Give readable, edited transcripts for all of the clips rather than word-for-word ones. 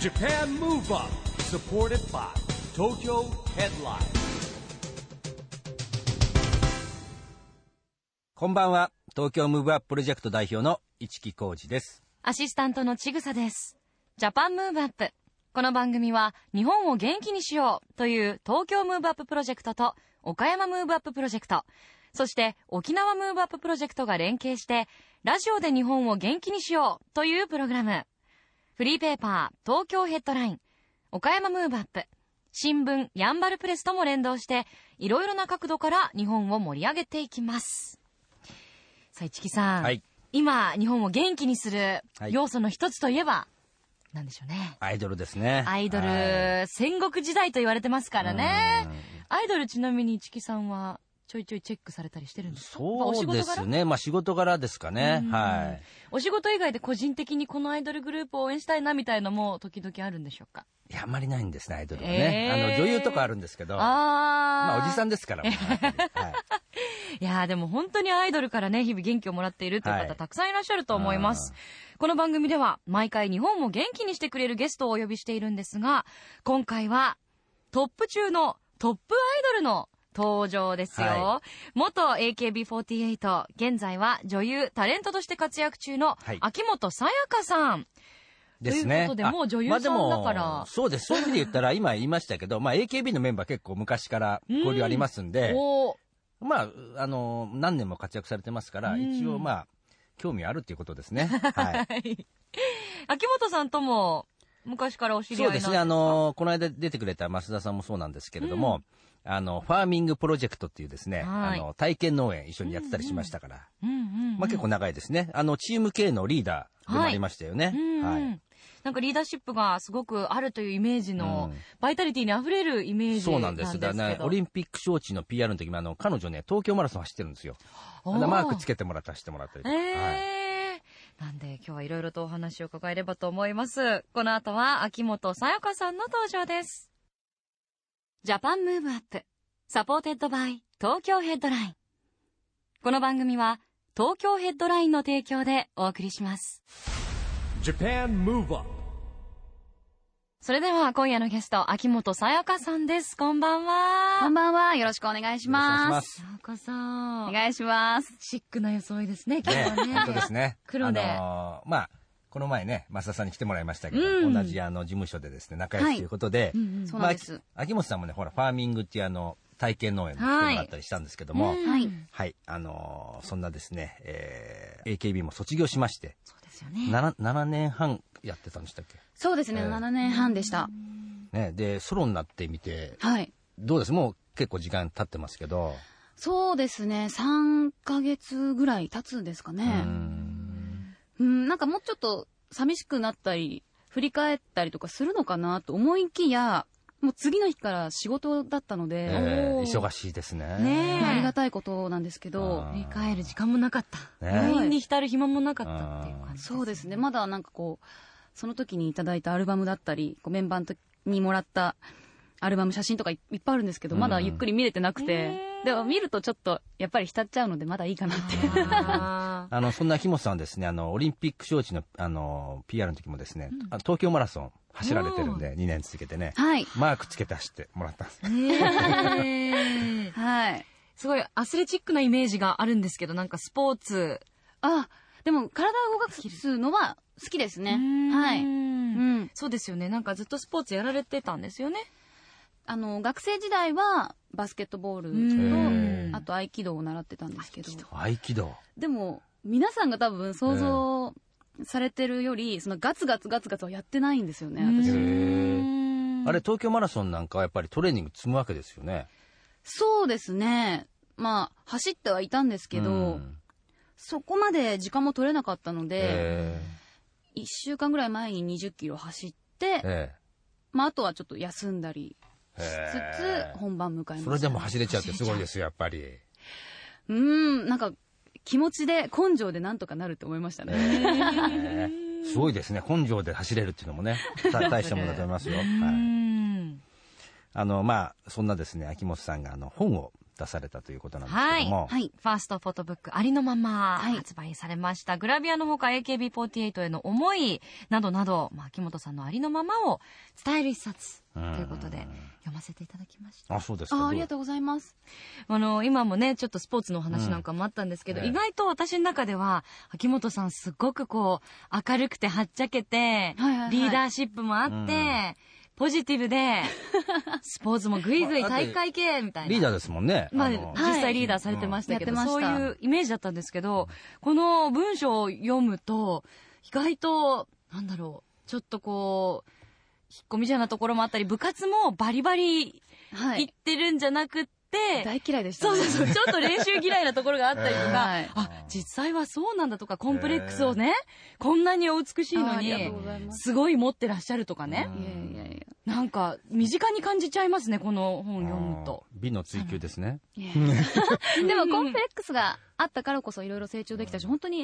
Japan Move Up supported by Tokyo Headline。 こんばんは。東京ムーブアッププロジェクト代表の市木浩司です。 アシスタントのちぐさです。ジャパンムーブアップ。この番組は日本を元気にしようという東京ムーブアッププロジェクトと岡山ムーブアッププロジェクト、そして沖縄ムーブアッププロジェクトが連携してラジオで日本を元気にしようというプログラム。フリーペーパー東京ヘッドライン、岡山ムーブアップ、新聞やんばるプレスとも連動していろいろな角度から日本を盛り上げていきます。さあ市木さん、 はい、 今日本を元気にする要素の一つといえばなんでしょうね。 アイドルですね。 アイドル、戦国時代と言われてますからね。アイドル、ちなみに市木さんはちょいちょいチェックされたりしてるんですか？ そうですね。仕事柄ですかね。はい。 お仕事以外で個人的にこのアイドルグループを応援したいなみたいのも時々あるんでしょうか？ いや、あんまりないんですね、アイドルはね。女優とかあるんですけど、おじさんですから。はい、 いやでも本当にアイドルからね、日々元気をもらっているという方、たくさんいらっしゃると思います。この番組では毎回日本を元気にしてくれるゲストをお呼びしているんですが、今回はトップ中のトップアイドルの登場ですよ。元 AKB48、現在は女優タレントとして活躍中の秋元才加さんですね。 ということで、もう女優さんだから、 そうです。そういう意味で言ったら今言いましたけど、AKB のメンバー結構昔から交流ありますんで、何年も活躍されてますから、一応興味あるっていうことですね。はい。 秋元さんとも昔からお知り合いなんですか？ そうですね。この間出てくれた増田さんもそうなんですけれども、ファーミングプロジェクトっていうですね、体験農園一緒にやってたりしましたから、結構長いですね。チーム系のリーダーでもありましたよね。はい。 なんかリーダーシップがすごくあるというイメージの、バイタリティにあふれるイメージなんですけど。 そうなんです。だからね、オリンピック招致の PR の時も彼女ね、東京マラソン走ってるんですよ。マークつけてもらったりしてもらったりとか。 なんで今日はいろいろとお話を伺えればと思います。この後は秋元才加さんの登場です。ジャパンムーブアップサポーテッドバイ東京ヘッドライン。この番組は東京ヘッドラインの提供でお送りします。 Japan Move Up。 それでは今夜のゲスト秋元才加さんです。こんばんは。 こんばんは。よろしくお願いします。 才加さん、 お願いします。 シックな装いですね、今日はね。 本当ですね。 黒で、 この前ね、増田さんに来てもらいましたけど、同じ事務所でですね、仲良しということで、 そうなんです。 秋元さんもね、ほら、ファーミングっていう体験農園に来てもらったりしたんですけども、はい、そんなですね、AKB も卒業しまして、 そうですよね。 7年半やってたんでしたっけ？ そうですね、7年半でした。 ね、で、ソロになってみて、どうです？もう結構時間経ってますけど。 そうですね、3ヶ月ぐらい経つんですかね。なんかもうちょっと寂しくなったり、振り返ったりとかするのかなと思いきや、もう次の日から仕事だったので、 忙しいですね。 ありがたいことなんですけど、 振り返る時間もなかった。余韻に浸る暇もなかったっていう感じですね。 そうですね。まだなんかその時にいただいたアルバムだったり、メンバーの時にもらったアルバム写真とかいっぱいあるんですけど、まだゆっくり見れてなくて、でも見るとちょっとやっぱり浸っちゃうのでまだいいかなってそんな秋元さんはですね、オリンピック招致のPR の時もですね、東京マラソン走られてるんで2年続けてね、マークつけて走ってもらったんです。 はい。 すごいアスレチックなイメージがあるんですけど、なんかスポーツ。 でも体を動かすのは好きですね。はい。 そうですよね。なんかずっとスポーツやられてたんですよね。 学生時代はバスケットボールと、あと合気道を習ってたんですけど。 合気道。 でも、皆さんが多分想像されてるより、そのガツガツはやってないんですよね、私。 あれ、東京マラソンなんかはやっぱりトレーニング積むわけですよね。 そうですね。走ってはいたんですけど、そこまで時間も取れなかったので、1週間ぐらい前に20キロ走って、あとはちょっと休んだりしつつ本番迎えました。 それでも走れちゃうってすごいですよ、やっぱり。 なんか気持ちで根性でなんとかなるって思いましたね。 すごいですね、根性で走れるっていうのもね、大したものだと思いますよ。そんなですね、秋元さんが本を出されたということなんですけども、 はい、 ファーストフォトブックありのまま発売されました、グラビアのほか AKB48 への思いなどなど、秋元さんのありのままを伝える一冊ということで読ませていただきました。 あ、そうですか。 ありがとうございます。 今もねちょっとスポーツのお話なんかもあったんですけど、意外と私の中では秋元さんすごくこう明るくてはっちゃけて、リーダーシップもあって、ポジティブでスポーツもグイグイ大会系みたいな、 リーダーですもんね。 実際リーダーされてましたけど、そういうイメージだったんですけど、この文章を読むと意外とちょっとこう引っ込みじゃなところもあったり、部活もバリバリ行ってるんじゃなくって、 大嫌いでしたね。 そうちょっと練習嫌いなところがあったりとか、実際はそうなんだとか、コンプレックスをね、こんなにお美しいのにすごい持ってらっしゃるとかね、なんか身近に感じちゃいますね、この本読むと。 美の追求ですね。 でもコンプレックスがあったからこそいろいろ成長できたし、本当に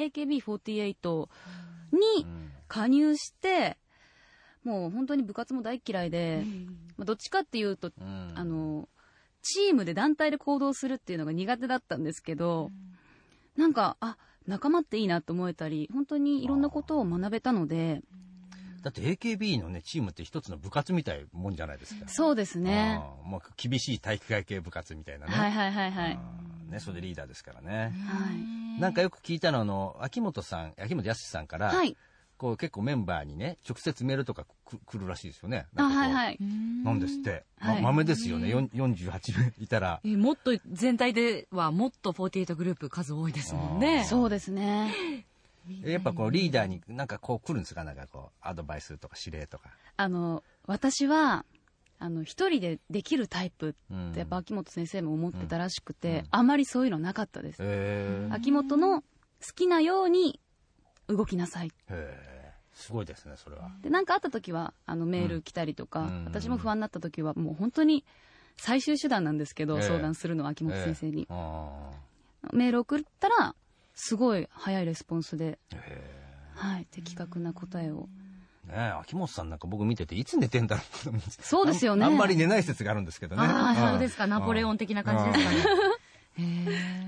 AKB48 に加入して、もう本当に部活も大嫌いで、どっちかっていうと、チームで団体で行動するっていうのが苦手だったんですけど、なんか仲間っていいなと思えたり、本当にいろんなことを学べたので。 だって AKB のねチームって一つの部活みたいもんじゃないですか。 そうですね。 もう厳しい体育会系部活みたいなね。ね、それでリーダーですからね。なんかよく聞いたの秋元康さんから、こう結構メンバーにね直接メールとか来るらしいですよね。なんですって。豆ですよね。48名いたら。 もっと全体ではもっと48グループ数多いですもんね。 そうですね。 やっぱこうリーダーになんかこう来るんですか、なんかこうアドバイスとか指令とか。 私は一人でできるタイプってやっぱ秋元先生も思ってたらしくて、あまりそういうのなかったです。秋元の好きなように動きなさい。 すごいですね、それは。 で、なんかあった時はメール来たりとか、私も不安になった時はもう本当に最終手段なんですけど、相談するのは秋元先生に、メール送ったらすごい早いレスポンスで、的確な答えを。 秋元さんなんか僕見てていつ寝てんだろうと思うんです。 そうですよね。 あんまり寝ない説があるんですけどね。 そうですか、ナポレオン的な感じですかね。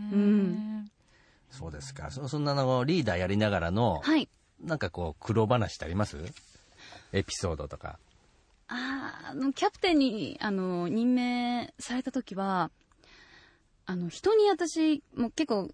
そうですか。そんなリーダーやりながらの、なんかこう苦労話ってあります？エピソードとか。 キャプテンに任命された時は人に私も結構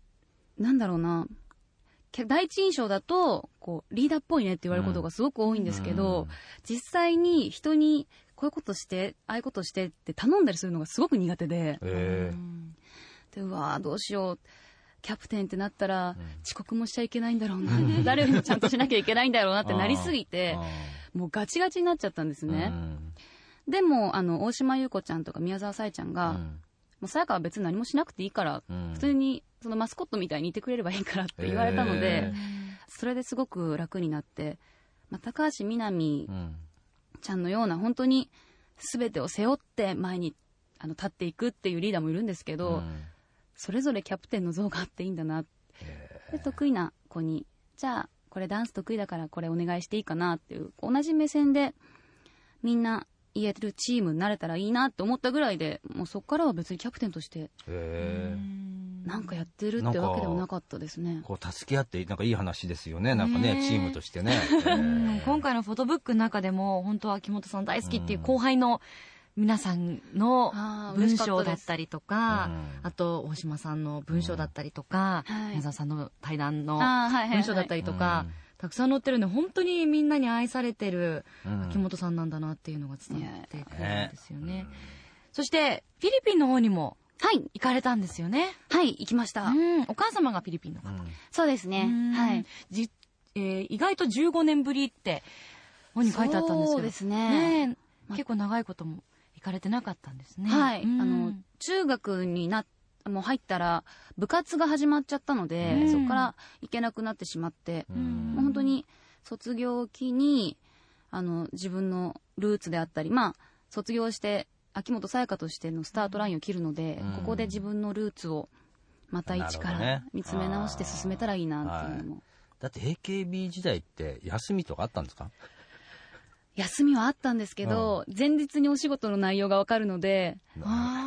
第一印象だとこうリーダーっぽいねって言われることがすごく多いんですけど、実際に人にこういうことしてああいうことしてって頼んだりするのがすごく苦手で、でうわどうしよう、キャプテンってなったら遅刻もしちゃいけないんだろうな、誰よりもちゃんとしなきゃいけないんだろうなってなりすぎて、もうガチガチになっちゃったんですね。でも大島優子ちゃんとか宮沢さえちゃんが、もうさやかは別に何もしなくていいから、普通にそのマスコットみたいにいてくれればいいからって言われたので、それですごく楽になって、高橋みなみちゃんのような本当に全てを背負って前に立っていくっていうリーダーもいるんですけど、それぞれキャプテンの像があっていいんだな。で得意な子にじゃあこれダンス得意だからこれお願いしていいかなっていう同じ目線でみんな言えるチームになれたらいいなって思ったぐらいで、もうそこからは別にキャプテンとしてなんかやってるってわけでもなかったですね。 こう助け合ってなんかいい話ですよね。なんかねチームとしてね。 今回のフォトブックの中でも本当は秋元さん大好きっていう後輩の皆さんの文章だったりとか、あと大島さんの文章だったりとか、宮沢さんの対談の文章だったりとか、たくさん載ってるんで、本当にみんなに愛されてる秋元さんなんだなっていうのが伝わってくるんですよね。そしてフィリピンの方にも行かれたんですよね。 行きました。 お母様がフィリピンの方。 そうですね。 意外と15年ぶりって本に書いてあったんですけど、 そうですね。 結構長いことも行かれてなかったんですね。 中学にもう入ったら部活が始まっちゃったので、そこから行けなくなってしまって、もう本当に卒業期に自分のルーツであったり、卒業して秋元才加としてのスタートラインを切るので、ここで自分のルーツをまた一から見つめ直して進めたらいいなっていうのも。 だって AKB 時代って休みとかあったんですか？ 休みはあったんですけど、前日にお仕事の内容が分かるので、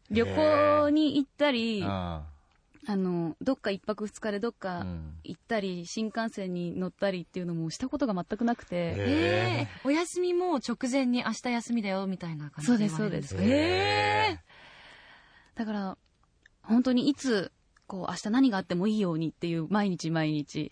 旅行に行ったり、どっか1泊2日でどっか行ったり、新幹線に乗ったりっていうのもしたことが全くなくて、 お休みも直前に明日休みだよみたいな感じで言われるんですか？ そうです。だから本当にいつこう明日何があってもいいようにっていう毎日、はい。 じ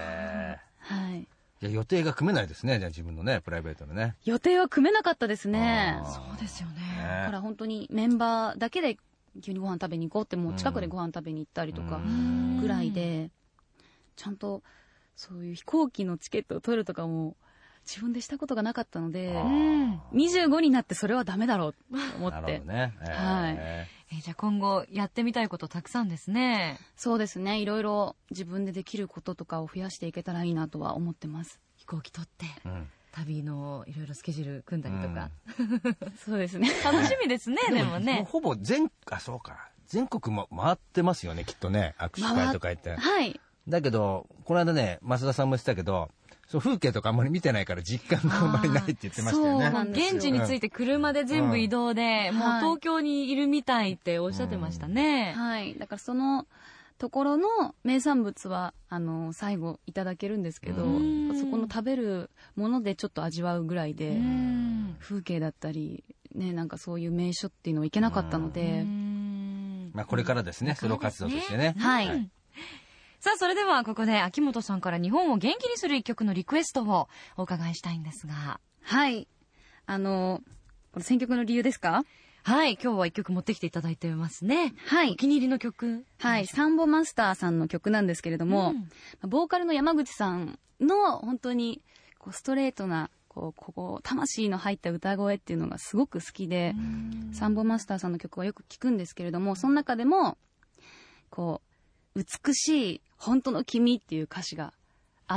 ゃあ予定が組めないですね。じゃあ自分のねプライベートのね予定は組めなかったですね。 そうですよね。 だから本当にメンバーだけで急にご飯食べに行こうってもう近くでご飯食べに行ったりとかぐらいで、ちゃんとそういう飛行機のチケットを取るとかも自分でしたことがなかったので、25になってそれはダメだろうと思って。 なるほどね。 じゃあ今後やってみたいことたくさんですね。 そうですね。いろいろ自分でできることとかを増やしていけたらいいなとは思ってます。 飛行機取って、旅のいろいろスケジュール組んだりとか、 そうですね。 楽しみですね。でもね、 ほぼ全国も回ってますよね、きっとね。握手会とか言って。 はい。 だけどこの間ね増田さんも言ってたけど、そう風景とかあんまり見てないから実感があんまりないって言ってましたよね。 そうなんですよ。現地について車で全部移動で、もう東京にいるみたいっておっしゃってましたね。 はい。だからそのところの名産物は最後いただけるんですけど、そこの食べるものでちょっと味わうぐらいで、風景だったりね、なんかそういう名所っていうのは行けなかったので、 まあこれからですね、ソロ活動としてね。 はい。 さあそれではここで秋元さんから日本を元気にする一曲のリクエストをお伺いしたいんですが。 はい。この選曲の理由ですか？ はい、今日は一曲持ってきていただいてますね。 はい。 お気に入りの曲。 はい、サンボマスターさんの曲なんですけれども、ボーカルの山口さんの本当にこうストレートなこう魂の入った歌声っていうのがすごく好きで、サンボマスターさんの曲はよく聞くんですけれども、その中でもこう美しい本当の君っていう歌詞があって、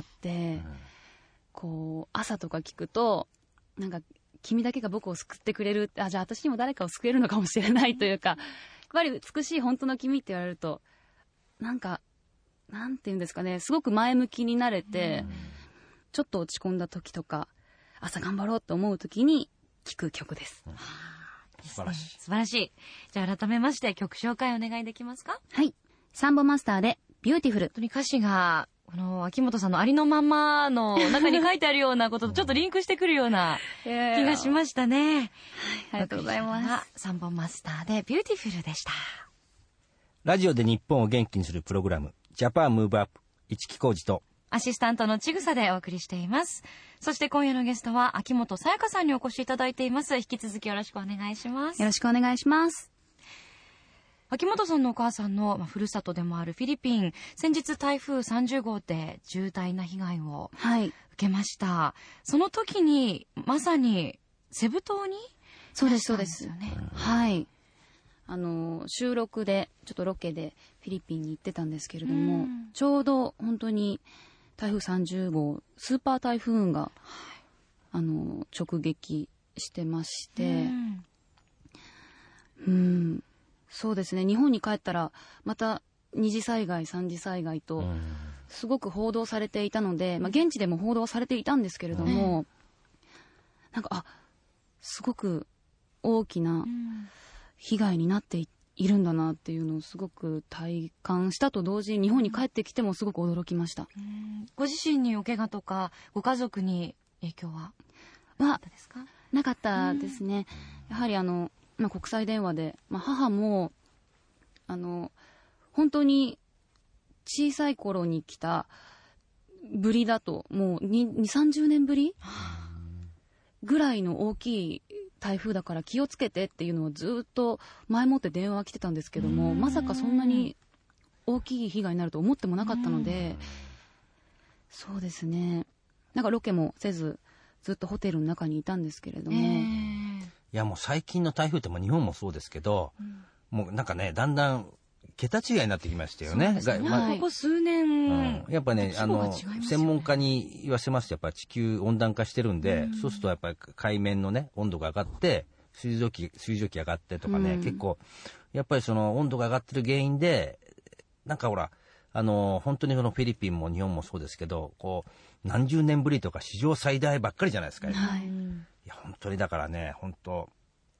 こう朝とか聞くとなんか君だけが僕を救ってくれる、じゃあ私にも誰かを救えるのかもしれないというか、やっぱり美しい本当の君って言われるとなんかなんていうんですかね、すごく前向きになれて、ちょっと落ち込んだ時とか朝頑張ろうと思う時に聴く曲です。 素晴らしい。 素晴らしい。じゃあ改めまして曲紹介お願いできますか？ はい、サンボマスターでビューティフル。 本当に歌詞がこの秋元さんのありのままの中に書いてあるようなこととちょっとリンクしてくるような気がしましたね。はい、 ありがとうございます。 サンボマスターでビューティフルでした。 ラジオで日本を元気にするプログラム、ジャパンムーブアップ、市木浩二とアシスタントのちぐさでお送りしています。そして今夜のゲストは秋元さやかさんにお越しいただいています。引き続きよろしくお願いします。 よろしくお願いします。 秋元さんのお母さんのふるさとでもあるフィリピン、先日台風30号で重大な被害を受けました。その時にまさにセブ島にそうですそうです、はい。収録でちょっとロケでフィリピンに行ってたんですけれども、ちょうど本当に台風30号スーパー台風雲が、直撃してまして、そうですね、日本に帰ったらまた二次災害三次災害とすごく報道されていたので、現地でも報道されていたんですけれども、なんかすごく大きな被害になっているんだなっていうのをすごく体感したと同時に、日本に帰ってきてもすごく驚きました。 ご自身にお怪我とかご家族に影響はなかったですか？ なかったですね。やはり国際電話で、母も本当に小さい頃に来たぶりだと、もう20-30年ぶりぐらいの大きい台風だから気をつけてっていうのはずっと前もって電話が来てたんですけども、まさかそんなに大きい被害になると思ってもなかったので、そうですね、なんかロケもせずずっとホテルの中にいたんですけれども、 いやもう最近の台風って日本もそうですけど、もうなんかねだんだん桁違いになってきましたよね。 ここ数年、 やっぱね専門家に言わせますと、やっぱ地球温暖化してるんで、そうするとやっぱり海面のね温度が上がって水蒸気上がってとかね、結構やっぱりその温度が上がってる原因で、なんかほら本当にそのフィリピンも日本もそうですけど、こう何十年ぶりとか史上最大ばっかりじゃないですか。いや本当にだからね、本当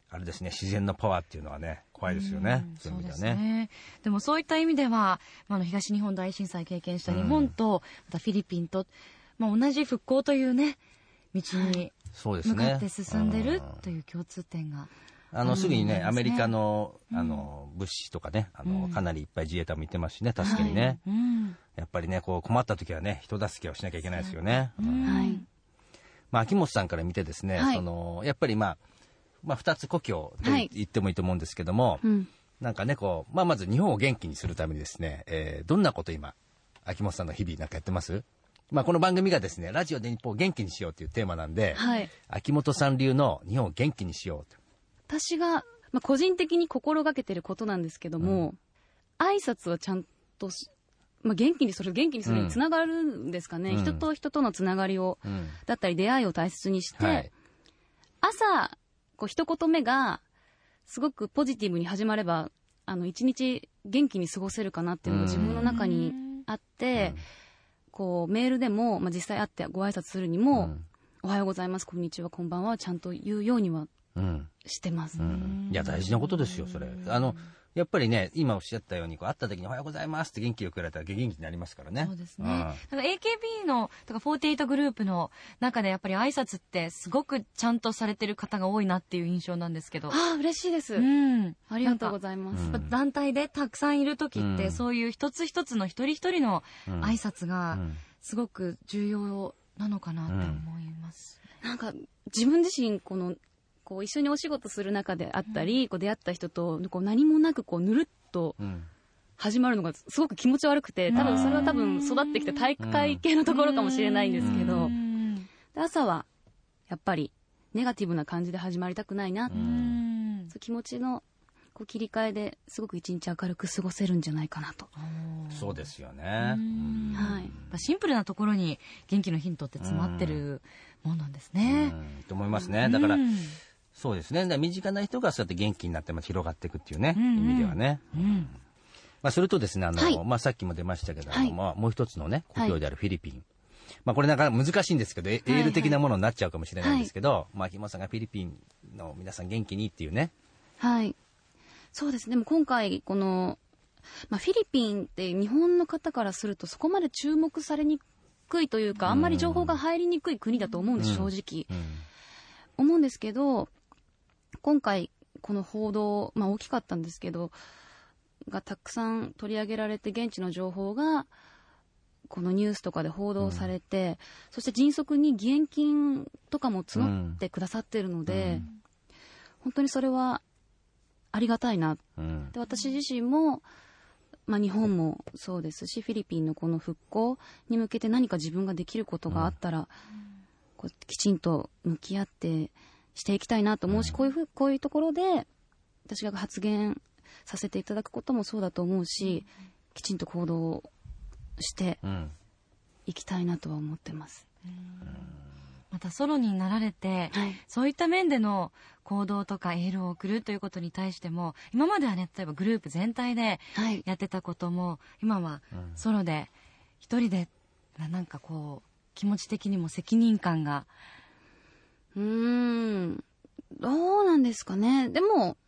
あれですね、自然のパワーっていうのはね、怖いですよね。そういう意味ではね。 そうですね。でもそういった意味では、東日本大震災経験した日本と、またフィリピンと、同じ復興というね、道に向かって進んでるという共通点が。 すぐにね、アメリカの、物資とかね、かなりいっぱい自衛隊も行ってますしね、助けにね。やっぱりね、こう困った時はね、人助けをしなきゃいけないですよね。秋元さんから見てですね、やっぱり二つ故郷と言ってもいいと思うんですけども、なんかね、こう、まず日本を元気にするためにですね、どんなこと今、秋元さんの日々なんかやってます？この番組がですね、ラジオで日本を元気にしようというテーマなんで、秋元さん流の日本を元気にしようと。 私が、個人的に心がけてることなんですけども、挨拶はちゃんと元気にするにつながるんですかね、人と人とのつながりを、だったり出会いを大切にして、朝一言目がすごくポジティブに始まれば一日元気に過ごせるかなっていうのが自分の中にあって、こうメールでも、実際会ってご挨拶するにも、おはようございます、こんにちは、こんばんはちゃんと言うようにはしてます。 いや大事なことですよそれ。やっぱりね、今おっしゃったように会った時におはようございますって元気よく言われたら元気になりますからね。 そうですね。だから AKB のとか48グループの中でやっぱり挨拶ってすごくちゃんとされてる方が多いなっていう印象なんですけど。 嬉しいです。ありがとうございます。 団体でたくさんいる時って、そういう一つ一つの一人一人の挨拶がすごく重要なのかなって思います。 なんか自分自身一緒にお仕事する中であったり、出会った人と何もなくぬるっと始まるのがすごく気持ち悪くて、多分それは育ってきた体育会系のところかもしれないんですけど、朝はやっぱりネガティブな感じで始まりたくないな、そう気持ちの切り替えですごく一日明るく過ごせるんじゃないかなと。 そうですよね。 シンプルなところに元気のヒントって詰まってるもんなんですね。 と思いますね。だからそうですね。身近な人がそうやって元気になって広がっていくっていうね、意味ではね。それとですね、さっきも出ましたけど、もう一つのね、故郷であるフィリピン。これなかなか難しいんですけど、エール的なものになっちゃうかもしれないんですけど、秋元さんがフィリピンの皆さん元気にっていうね。 そうですね。でも今回フィリピンって日本の方からするとそこまで注目されにくいというか、あんまり情報が入りにくい国だと思うんです、正直。思うんですけど、今回この報道、大きかったんですけどがたくさん取り上げられて、現地の情報がこのニュースとかで報道されて、そして迅速に義援金とかも募ってくださっているので、本当にそれはありがたいな、で私自身も、日本もそうですし、フィリピンのこの復興に向けて何か自分ができることがあったら、きちんと向き合ってしていきたいなと思うし、こういうところで私が発言させていただくこともそうだと思うし、きちんと行動していきたいなとは思ってます。 またソロになられて、そういった面での行動とかエールを送るということに対しても、今まではね、例えばグループ全体でやってたことも、今はソロで一人でなんか気持ち的にも責任感が。 どうなんですかね。でも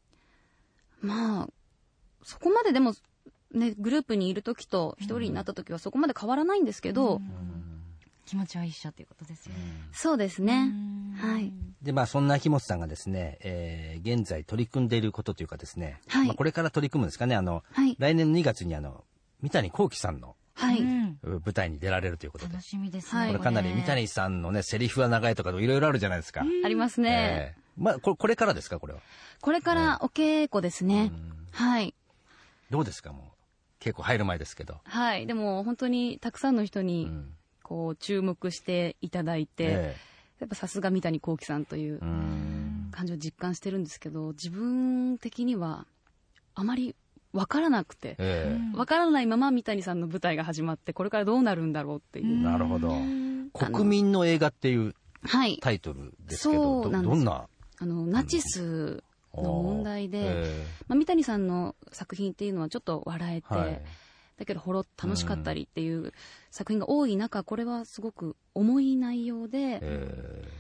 そこまででもね、グループにいる時と一人になった時はそこまで変わらないんですけど、 気持ちは一緒ということですよね。 そうですね。 でそんな秋元さんがですね、現在取り組んでいることというかですね、これから取り組むんですかね。来年の2月に三谷幸喜さんの舞台に出られるということで、 楽しみですね。 これかなり三谷さんのね、セリフは長いとかいろいろあるじゃないですか。 ありますね。 これからですか、これは。 これからお稽古ですね。 どうですか、もう稽古入る前ですけど。 でも本当にたくさんの人に注目していただいて、やっぱさすが三谷幸喜さんという感じを実感してるんですけど、自分的にはあまり分からなくて、分からないまま三谷さんの舞台が始まって、これからどうなるんだろうっていう。 なるほど。国民の映画っていうタイトルですけど、どんなナチスの問題で、三谷さんの作品っていうのはちょっと笑えて、だけど楽しかったりっていう作品が多い中、これはすごく重い内容で、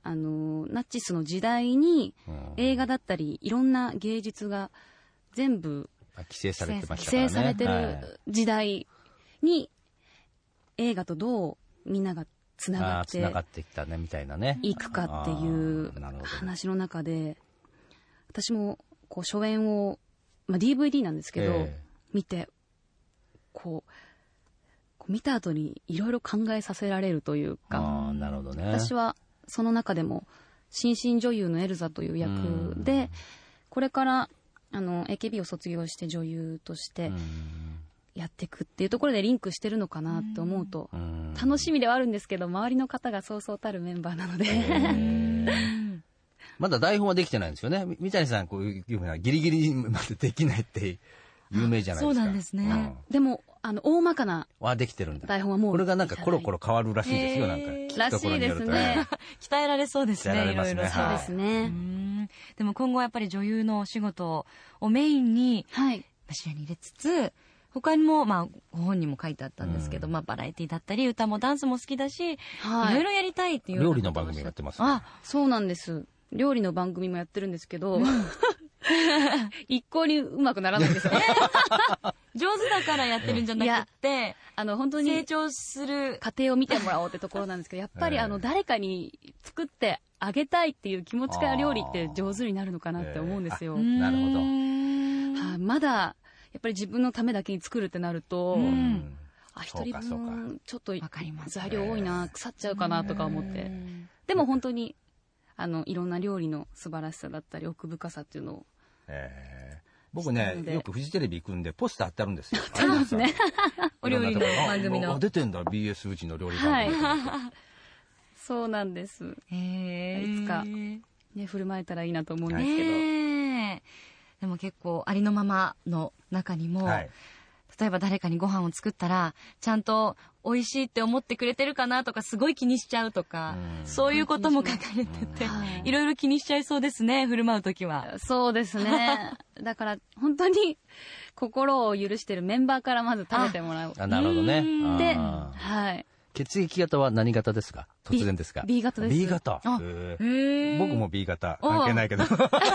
ナチスの時代に映画だったりいろんな芸術が全部規制されてましたからね。 規制されてる時代に映画とどうみんながつながってきたねみたいなね。 いくかっていう話の中で、私もこう初演を、DVD なんですけど、見てこう見た後にいろいろ考えさせられるというか、 なるほどね。 私はその中でも新進女優のエルザという役で、これからAKB を卒業して女優としてやっていくっていうところでリンクしてるのかなって思うと楽しみではあるんですけど、周りの方がそうそうたるメンバーなのでまだ台本はできてないんですよね。三谷さんこういうふうなギリギリまでできないって有名じゃないですか。 そうなんですね。 でも大まかなできてるんだ。 台本はもうこれがなんかコロコロ変わるらしいですよ。なんからしいですね。 鍛えられそうですね。いろいろ。 そうですね。 でも今後はやっぱり女優のお仕事をメインに視野に入れつつ、他にもご本にも書いてあったんですけど、バラエティだったり歌もダンスも好きだし、いろいろやりたいっていう。 料理の番組やってますね。 そうなんです。料理の番組もやってるんですけど、一向にうまくならないんですよね。 上手だからやってるんじゃなくて、 本当に成長する過程を見てもらおうってところなんですけど、やっぱり誰かに作ってあげたいっていう気持ちから料理って上手になるのかなって思うんですよ。 なるほど。 まだやっぱり自分のためだけに作るってなると、一人分ちょっと材料多いな、腐っちゃうかなとか思って。でも本当にいろんな料理の素晴らしさだったり奥深さっていうのを、 僕ねよくフジテレビ行くんでポスター貼ってあるんですよ。 そうですね。 お料理の番組の出てんだ BS うちの料理番組。 そうなんです。いつかね振る舞えたらいいなと思うんですけど。 でも結構ありのままの中にも、例えば誰かにご飯を作ったらちゃんと美味しいって思ってくれてるかなとかすごい気にしちゃうとか、そういうことも書かれてて、いろいろ気にしちゃいそうですね、振る舞うときは。 そうですね。だから本当に心を許してるメンバーからまず食べてもらう。 なるほどね。 で、 血液型は何型ですか？突然ですが。 B 型です。 B 型。僕も B 型。関係ないけど。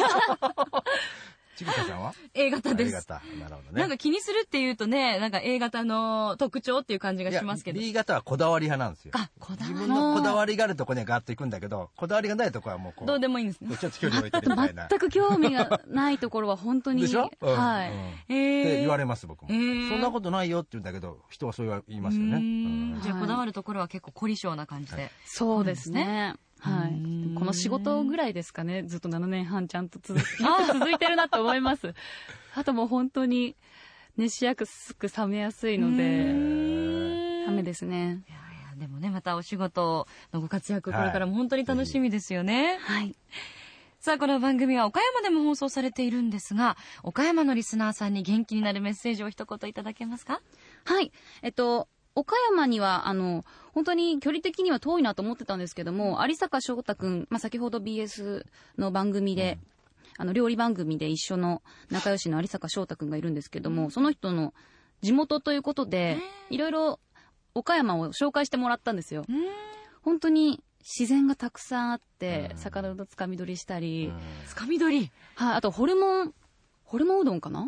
ちぐささんは A 型です。 A 型。なるほどね。 なんか気にするっていうとね、なんか A 型の特徴っていう感じがしますけど。 B 型はこだわり派なんですよ。自分のこだわりがあるとこにはガーッと行くんだけど、こだわりがないとこはもうこうどうでもいいんですね。 ちょっと距離を置いてるみたいな。 全く興味がないところは本当に。 でしょ？ って言われます僕も。そんなことないよって言うんだけど、人はそう言いますよね。 じゃあこだわるところは結構凝り性な感じで。 そうですね。この仕事ぐらいですかね、ずっと7年半ちゃんと続いてるなと思います。あともう本当に熱しやすく冷めやすいのでダメですね。 でもね、またお仕事のご活躍、これからも本当に楽しみですよね。さあ、この番組は岡山でも放送されているんですが、岡山のリスナーさんに元気になるメッセージを一言いただけますか？ はい。岡山には本当に距離的には遠いなと思ってたんですけども、有坂翔太くん、先ほど BS の番組で、料理番組で一緒の仲良しの有坂翔太くんがいるんですけども、その人の地元ということでいろいろ岡山を紹介してもらったんですよ。本当に自然がたくさんあって、魚のつかみ取りしたり、 つかみ取り、 あとホルモンうどんかな。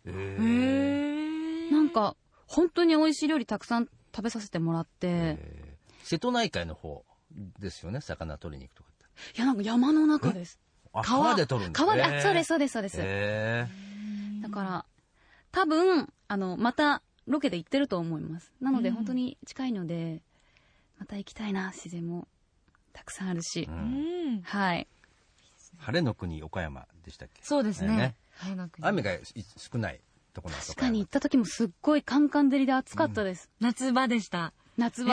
なんか本当に美味しい料理たくさん食べさせてもらって。 瀬戸内海の方ですよね、魚取りに行くとかって。 いや、なんか山の中です。 川で取るんですね。 川で、そうです。だから多分またロケで行ってると思います。なので本当に近いのでまた行きたいな。自然もたくさんあるし。晴れの国岡山でしたっけ？ そうですね。 雨が少ないところなんですか？ 確かに行った時もすっごいカンカン照りで暑かったです。 夏場でした。 だから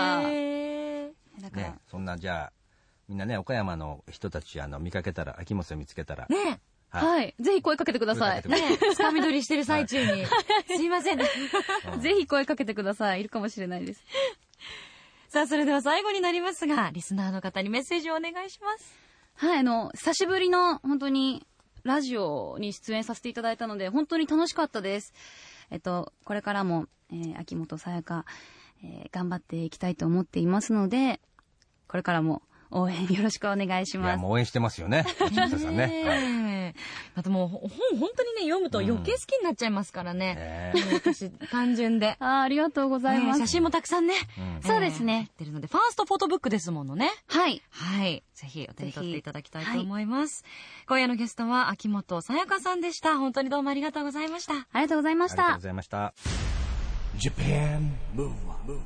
ね、そんなじゃあみんなね、岡山の人たち見かけたら、秋元を見つけたらね、 ぜひ声かけてください。 つかみ取りしてる最中にすいません。ぜひ声かけてください。いるかもしれないです。 さあ、それでは最後になりますが、リスナーの方にメッセージをお願いします。 久しぶりの本当にラジオに出演させていただいたので本当に楽しかったです。これからも、秋元さやか、頑張っていきたいと思っていますので、これからも応援よろしくお願いします。 いや、もう応援してますよね、千草さんね。 あともう本当にね、読むと余計好きになっちゃいますからね。私単純で。 ありがとうございます。 写真もたくさんね。 そうですね。 入ってるので、ファーストフォトブックですものね。 はい。 はい。ぜひお手に取っていただきたいと思います。今夜のゲストは秋元さやかさんでした。本当にどうもありがとうございました。 ありがとうございました。 ありがとうございました。 Japan Move Up。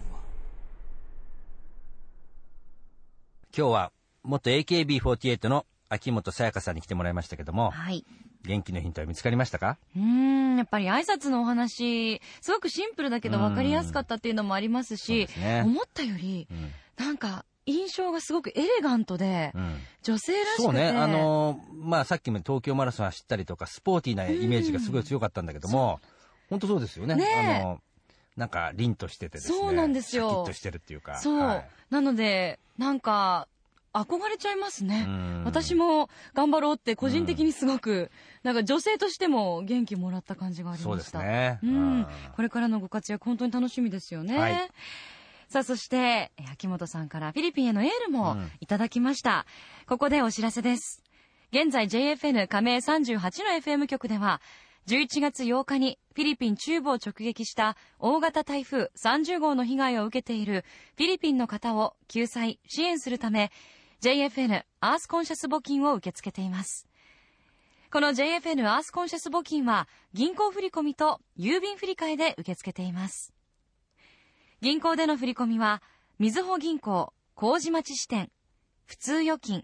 今日は元 AKB48 の秋元さやかさんに来てもらいましたけども、 はい。 元気のヒントは見つかりましたか？ やっぱり挨拶のお話、すごくシンプルだけど分かりやすかったっていうのもありますし、思ったより、なんか印象がすごくエレガントで、女性らしくて。 そうね、まあさっきも東京マラソン走ったりとかスポーティーなイメージがすごい強かったんだけども、本当そうですよね。なんか凛としててですね。 そうなんですよ。 シャキッとしてるっていうか。 そう。はい、なので、なんか、憧れちゃいますね。私も頑張ろうって個人的にすごく、なんか女性としても元気もらった感じがありました。 そうですね。 これからのご活躍本当に楽しみですよね。はい、さあそして、秋元さんからフィリピンへのエールもいただきました。ここでお知らせです。現在 JFN 加盟38の FM 局では、11月8日にフィリピン中部を直撃した大型台風30号の被害を受けているフィリピンの方を救済・支援するため JFN アースコンシャス募金を受け付けています。この JFN アースコンシャス募金は銀行振込と郵便振替で受け付けています。銀行での振込はみずほ銀行麹町支店普通預金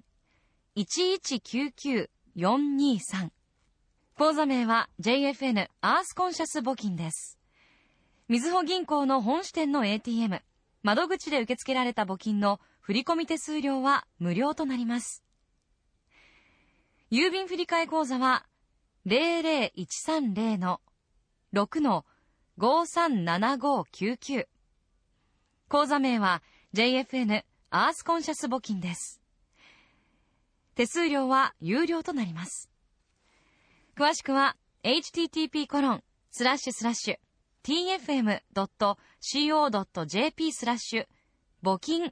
1199423、口座名は JFN アースコンシャス募金です。みずほ銀行の本支店の ATM、窓口で受け付けられた募金の振込手数料は無料となります。郵便振替口座は 00130-6-537599。口座名は JFN アースコンシャス募金です。手数料は有料となります。詳しくは http://tfm.co.jp/ 募金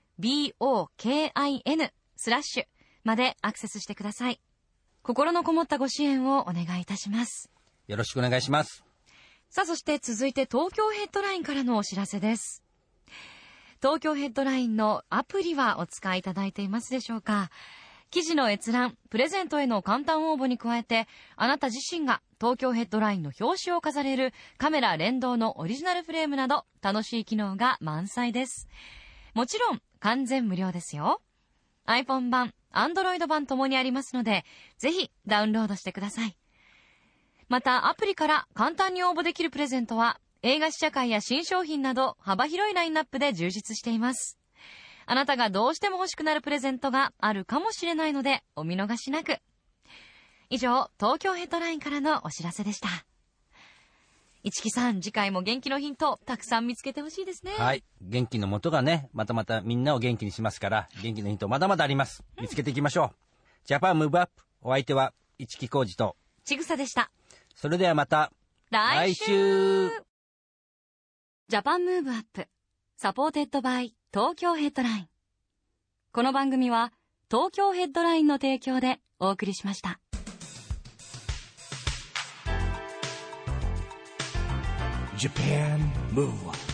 BOKIN/ までアクセスしてください。心のこもったご支援をお願いいたします。 よろしくお願いします。 さあそして続いて東京ヘッドラインからのお知らせです。東京ヘッドラインのアプリはお使いいただいていますでしょうか？記事の閲覧、プレゼントへの簡単応募に加えて、あなた自身が東京ヘッドラインの表紙を飾れるカメラ連動のオリジナルフレームなど楽しい機能が満載です。もちろん完全無料ですよ。iPhone 版、Android 版ともにありますので、ぜひダウンロードしてください。またアプリから簡単に応募できるプレゼントは、映画試写会や新商品など幅広いラインナップで充実しています。あなたがどうしても欲しくなるプレゼントがあるかもしれないのでお見逃しなく。以上、東京ヘッドラインからのお知らせでした。市木さん、次回も元気のヒントたくさん見つけてほしいですね。 はい、元気の元がね、またみんなを元気にしますから、元気のヒントまだまだあります。見つけていきましょう。ジャパンムーブアップ、お相手は市木浩二とちぐさでした。 それではまた来週。 ジャパンムーブアップ、サポーテッドバイ東京ヘッドライン。この番組は東京ヘッドラインの提供でお送りしました。 Japan Move Up。